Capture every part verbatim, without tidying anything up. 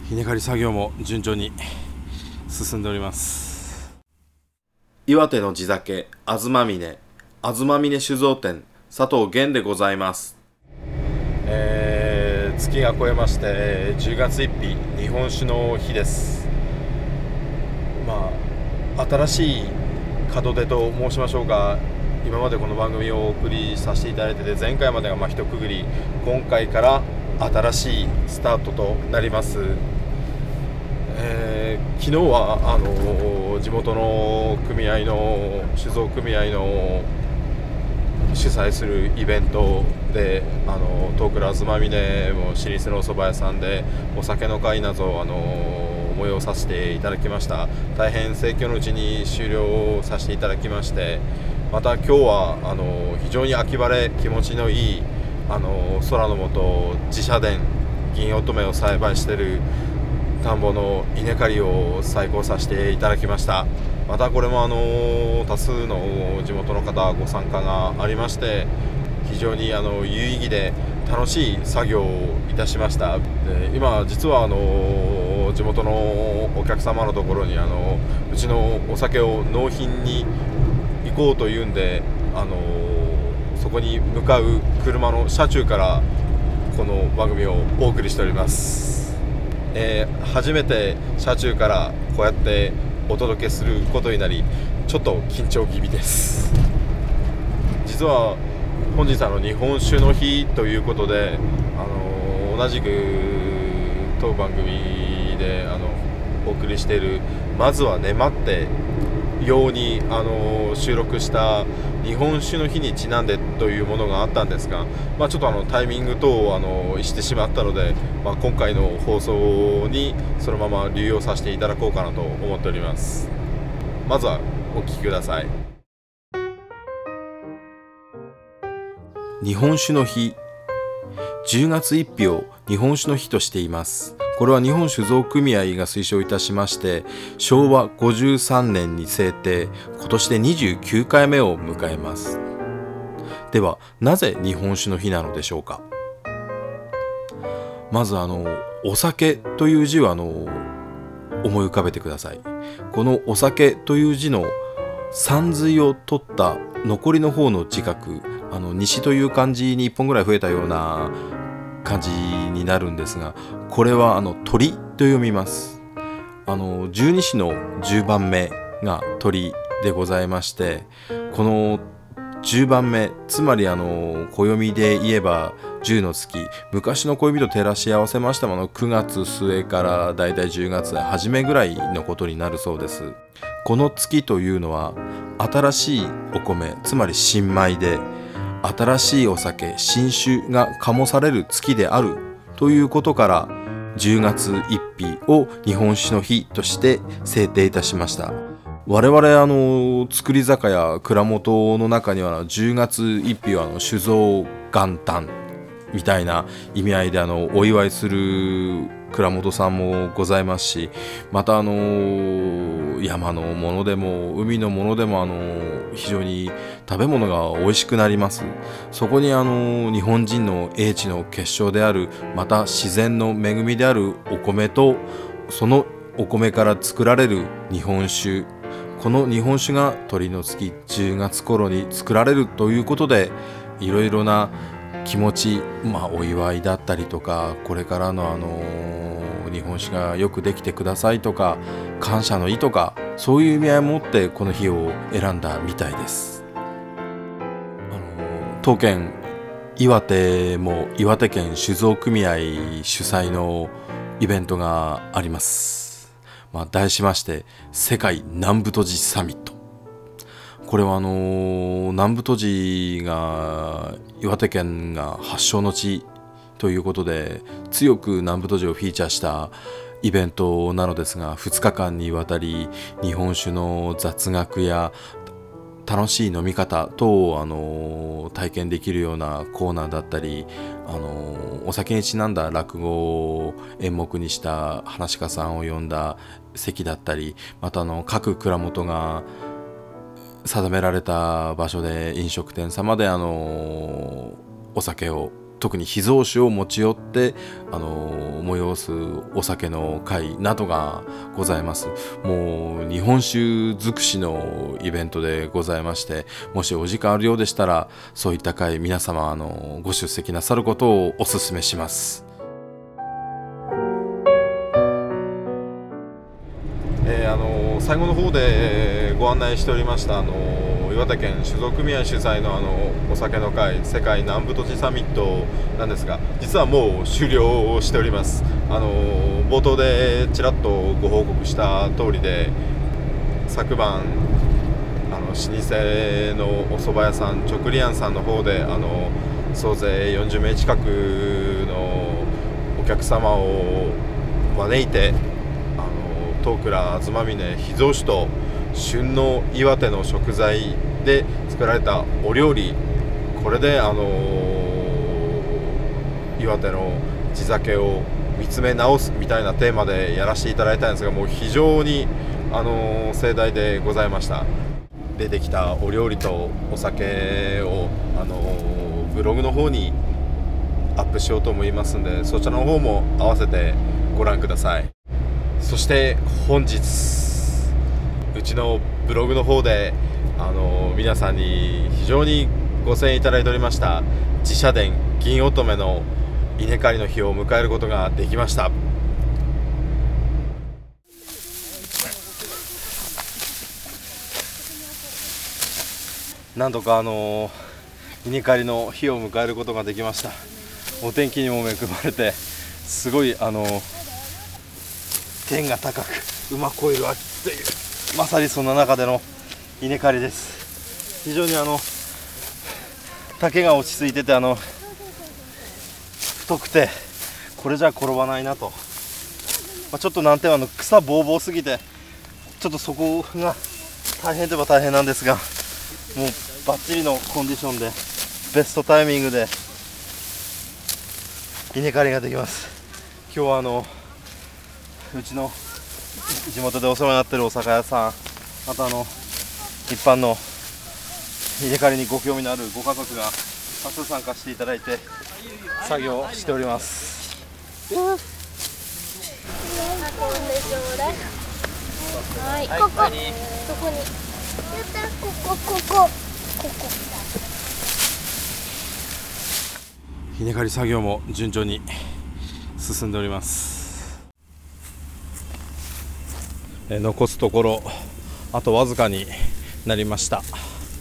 稲刈り作業も順調に進んでおります。岩手の地酒あずまみねあずまみね酒造店佐藤源でございます。えー、月が超えましてじゅうがつついたち日本酒の日です。まあ新しい門出と申しましょうか。今までこの番組をお送りさせていただいてて、前回までがまあ一区切り、今回から新しいスタートとなります。えー、昨日はあの地元の組合の酒造組合の主催するイベントで、あの東倉あずまみねも老舗のお蕎麦屋さんでお酒の会などあの催させていただきました。大変盛況のうちに終了させていただきまして、また今日はあの非常に秋晴れ気持ちのいいあの空の下自社田銀乙女を栽培している田んぼの稲刈りを再興させていただきました。またこれもあの多数の地元の方ご参加がありまして、非常にあの有意義で楽しい作業をいたしました。で今実はあの地元のお客様のところにあのうちのお酒を納品に行こうというんで、あのそこに向かう車の車中からこの番組をお送りしております。えー、初めて車中からこうやってお届けすることになり、ちょっと緊張気味です。実は本日あの日本酒の日ということで、あのー、同じく当番組であのお送りしているまずはね待ってように、あのー、収録した日本酒の日にちなんでというものがあったんですが、まあ、ちょっとあのタイミング等あのしてしまったので、まあ、今回の放送にそのまま流用させていただこうかなと思っております。まずはお聞きください。日本酒の日、じゅうがつついたちを日本酒の日としています。これは日本酒造組合が推奨いたしまして、しょうわごじゅうさんねんに制定、今年でにじゅうきゅうかいめを迎えます。ではなぜ日本酒の日なのでしょうか。まずあのお酒という字をあの思い浮かべてください。このお酒という字のさんずいを取った残りの方の字画、あの西という漢字にいっぽんぐらい増えたような漢字になるんですが、これはあの鳥と読みます。あの十二支のじゅうばんめが鳥でございまして、このじゅうばんめ、つまりあの暦で言えばじゅうの月、昔の暦と照らし合わせましてもくがつすえからだいたいじゅうがつ初めぐらいのことになるそうです。この月というのは新しいお米、つまり新米で、新しいお酒、新酒が醸される月であるということから、じゅうがつついたちを日本酒の日として制定いたしました。我々あの造り酒屋蔵元の中にはじゅうがつついたちはあの酒造元旦みたいな意味合いであのお祝いする蔵元さんもございますし、またあの山のものでも海のものでもあの非常に食べ物が美味しくなります。そこにあの日本人の英知の結晶である、また自然の恵みであるお米と、そのお米から作られる日本酒、この日本酒が鳥の月じゅうがつ頃に作られるということで、いろいろな気持ち、まあ、お祝いだったりとか、これからの、あのー、日本酒がよくできてくださいとか、感謝の意とか、そういう意味合いを持ってこの日を選んだみたいです。あのー、当県岩手も岩手県酒造組合主催のイベントがあります。まあ、題しまして世界南部都市サミット。これはあのー、南部都市が岩手県が発祥の地ということで、強く南部都市をフィーチャーしたイベントなのですが、ふつかかんにわたり日本酒の雑学や楽しい飲み方等を、あのー、体験できるようなコーナーだったり、あのー、お酒にちなんだ落語を演目にした噺家さんを呼んだ席だったり、またあの各蔵元が定められた場所で飲食店様であのー、お酒を特に秘蔵酒を持ち寄ってあの催すお酒の会などがございます。もう日本酒尽くしのイベントでございまして、もしお時間あるようでしたらそういった会皆様あのご出席なさることをお勧めします。えー、あの最後の方でご案内しておりましたあの岩手県酒造組合主催のあのお酒の会世界南部都市サミットなんですが、実はもう終了しております。あの冒頭でちらっとご報告した通りで、昨晩あの老舗のお蕎麦屋さん直理庵さんの方であの総勢よんじゅうめい近くのお客様を招いて、あの東倉東峰秘蔵酒と旬の岩手の食材で作られたお料理、これで、あのー、岩手の地酒を見つめ直すみたいなテーマでやらせていただいたんですが、もう非常に、あのー、盛大でございました。出てきたお料理とお酒を、あのー、ブログの方にアップしようと思いますので、そちらの方も合わせてご覧ください。そして本日うちのブログの方であの皆さんに非常にご声援いただいておりました自社殿銀乙女の稲刈りの日を迎えることができました。なんとかあの稲刈りの日を迎えることができました。お天気にも恵まれてすごいあの天が高く馬こえる秋という、まさにその中での稲刈りです。非常にあの丈が落ち着いてて、あの太くてこれじゃ転ばないなと、まあ、ちょっと難点はあの草ぼうぼうすぎてちょっとそこが大変といえば大変なんですが、もうバッチリのコンディションでベストタイミングで稲刈りができます。今日はあのうちの地元でお世話になっているお酒屋さん、あとあの一般の稲刈りにご興味のあるご家族が多数参加していただいて作業しております。 はい、ここ、ここに、やった、ここ、ここ、ここ。 稲刈り作業も順調に進んでおります。え残すところあとわずかになりました。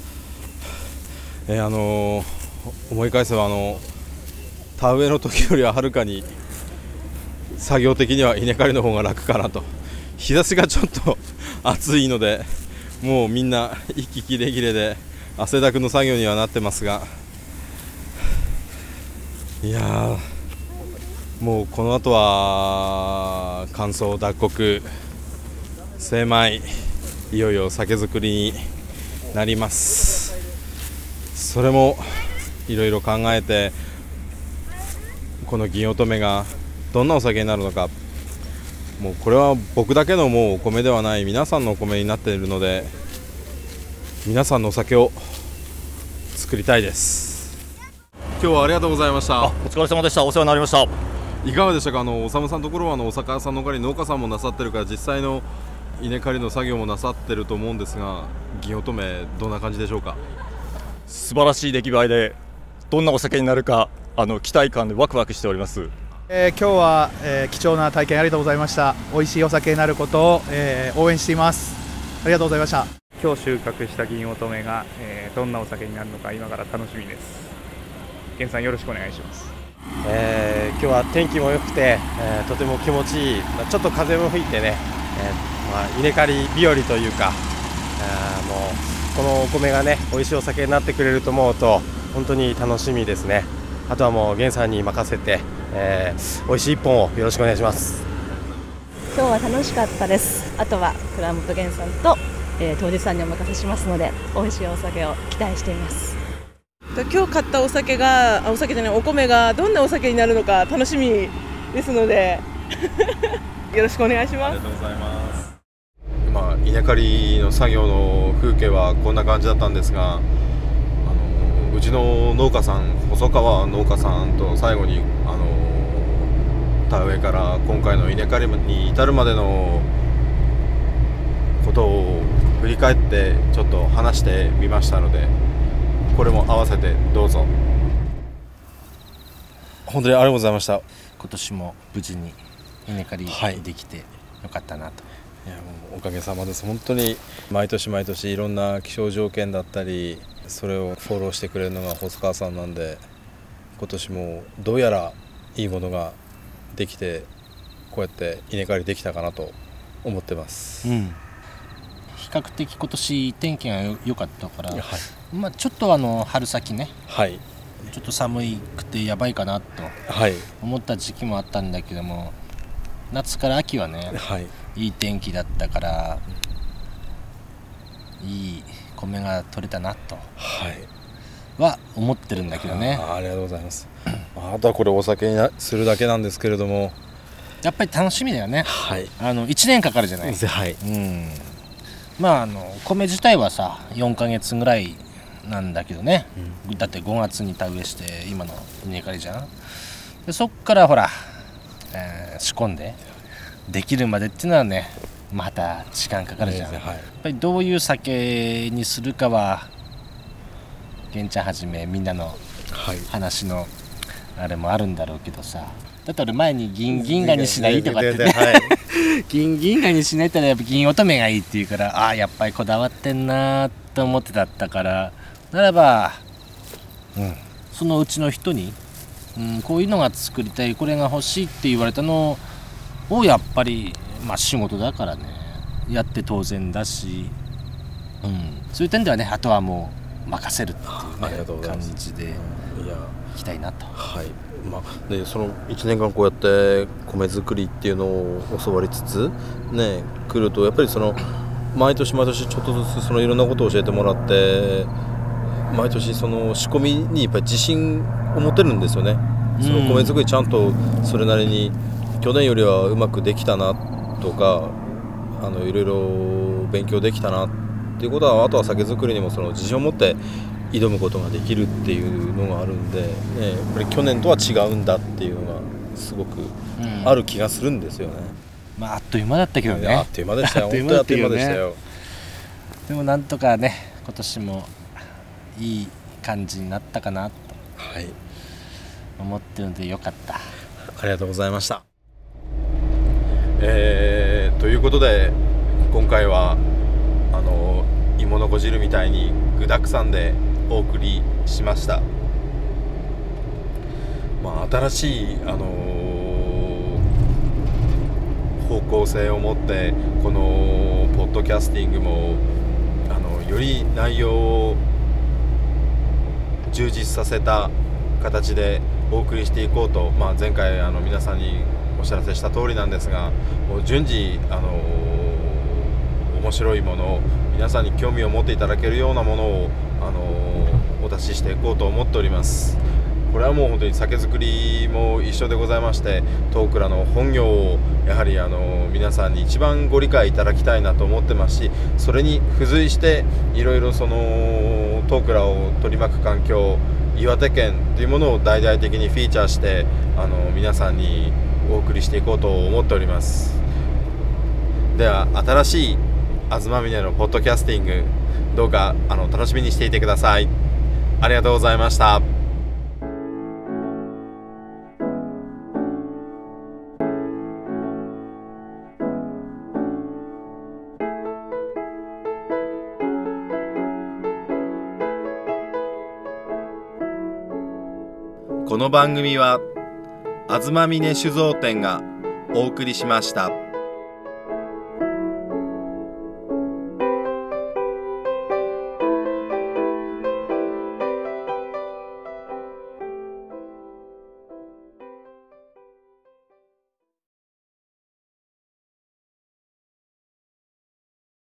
えー、あのー、思い返せばあの田植えの時よりははるかに作業的には稲刈りの方が楽かなと。日差しがちょっと暑いのでもうみんな息切れ切れで汗だくの作業にはなってますが、いやーもうこの後は乾燥脱穀精米、いよいよ酒造りになります。それもいろいろ考えて、この銀乙女がどんなお酒になるのか、もうこれは僕だけのもうお米ではない皆さんのお米になっているので、皆さんのお酒を作りたいです。今日はありがとうございました。 お疲れ様でした。お世話になりました。 いかがでしたか。あのおさむさんのところはあのお酒屋さんの他に農家さんもなさってるから、実際の稲刈りの作業もなさってると思うんですが、銀乙女どんな感じでしょうか。 素晴らしい出来栄えで、どんなお酒になるかあの期待感でワクワクしております。 えー、今日は、えー、貴重な体験ありがとうございました。美味しいお酒になることを、えー、応援しています。ありがとうございました。 今日収穫した銀乙女が、えー、どんなお酒になるのか今から楽しみです。源さんよろしくお願いします。 えー、今日は天気も良くて、えー、とても気持ちいい、まあ、ちょっと風も吹いてね、えーまあ、稲刈り日和というか、あもうこのお米がね美味しいお酒になってくれると思うと本当に楽しみですね。あとはもう源さんに任せて、えー、美味しい一本をよろしくお願いします。 今日は楽しかったです。あとは倉本源さんと、えー、当日さんにお任せしますので、美味しいお酒を期待しています。 今日買ったお酒がお酒じゃないお米がどんなお酒になるのか楽しみですのでよろしくお願いします。 ありがとうございます。今稲刈りの作業の風景はこんな感じだったんですが、あのうちの農家さん、細川農家さんと最後にあの田植えから今回の稲刈りに至るまでのことを振り返ってちょっと話してみましたので、これも合わせてどうぞ。本当にありがとうございました。 今年も無事に稲刈りできてよかったなと、 いやもうおかげさまです。本当に毎年毎年いろんな気象条件だったりそれをフォローしてくれるのが細川さんなんで、今年もどうやらいいものができてこうやって稲刈りできたかなと思ってます、 うん、比較的今年天気が良かったから、 はい、 まあ、ちょっとあの春先ね、 はい、 ちょっと寒くてやばいかなと思った時期もあったんだけども、夏から秋はね、はい、いい天気だったから、うん、いい米が取れたなと、はい、は思ってるんだけどね。 あ, ありがとうございます。あとはこれお酒にするだけなんですけれども、 やっぱり楽しみだよね、 はい、 あのいちねんかかるじゃない、はい、うん、まああの米自体はさよんかげつぐらいなんだけどね、うん、だってごがつに田植えして今の稲刈りじゃん。でそっからほら、えー、仕込んでできるまでっていうのはねまた時間かかるじゃん、はい、やっぱりどういう酒にするかは玄ちゃんはじめみんなの話のあれもあるんだろうけどさ、だって俺前に銀銀河にしないとかってね、はい、銀銀河にしないったらやっぱ銀乙女がいいっていうから、ああやっぱりこだわってんなと思ってだったから、ならば、うん、そのうちの人に、うん、こういうのが作りたい、これが欲しいって言われたのをやっぱり、まあ、仕事だからねやって当然だし、うん、そういう点ではねあとはもう任せるっていう、ね、感じでいきたいなと。 はい、まあ、でそのいちねんかんこうやって米作りっていうのを教わりつつね来ると、やっぱりその毎年毎年ちょっとずつそのいろんなことを教えてもらって、毎年その仕込みにやっぱり自信を持てるんですよね。その米作りちゃんとそれなりに去年よりはうまくできたなとか、あのいろいろ勉強できたなっていうことは、あとは酒造りにもその自信を持って挑むことができるっていうのがあるんで、ね、やっぱり去年とは違うんだっていうのがすごくある気がするんですよね、 うん、まああっという間だったけどね。 あっという間でしたよ。本当にあっという間でしたよ。 でもなんとかね今年もいい感じになったかなと思ってるのでよかった、はい、 ありがとうございました。えー、ということで今回はあの芋のこ汁みたいに具だくさんでお送りしました。まあ、新しい、あのー、方向性を持ってこのポッドキャスティングもあのより内容を充実させた形でお送りしていこうと、まあ、前回あの皆さんにお知らせした通りなんですが、もう順次、あのー、面白いものを皆さんに興味を持っていただけるようなものを、あのー、お出ししていこうと思っております。これはもう本当に酒造りも一緒でございまして、トークラの本業をやはり、あのー、皆さんに一番ご理解いただきたいなと思ってますし、それに付随していろいろそのトークラを取り巻く環境、岩手県というものを大々的にフィーチャーして、あのー、皆さんにお送りしていこうと思っております。では新しい東峰のポッドキャスティング、どうかあの楽しみにしていてください。ありがとうございました。この番組は東峰酒造店がお送りしました。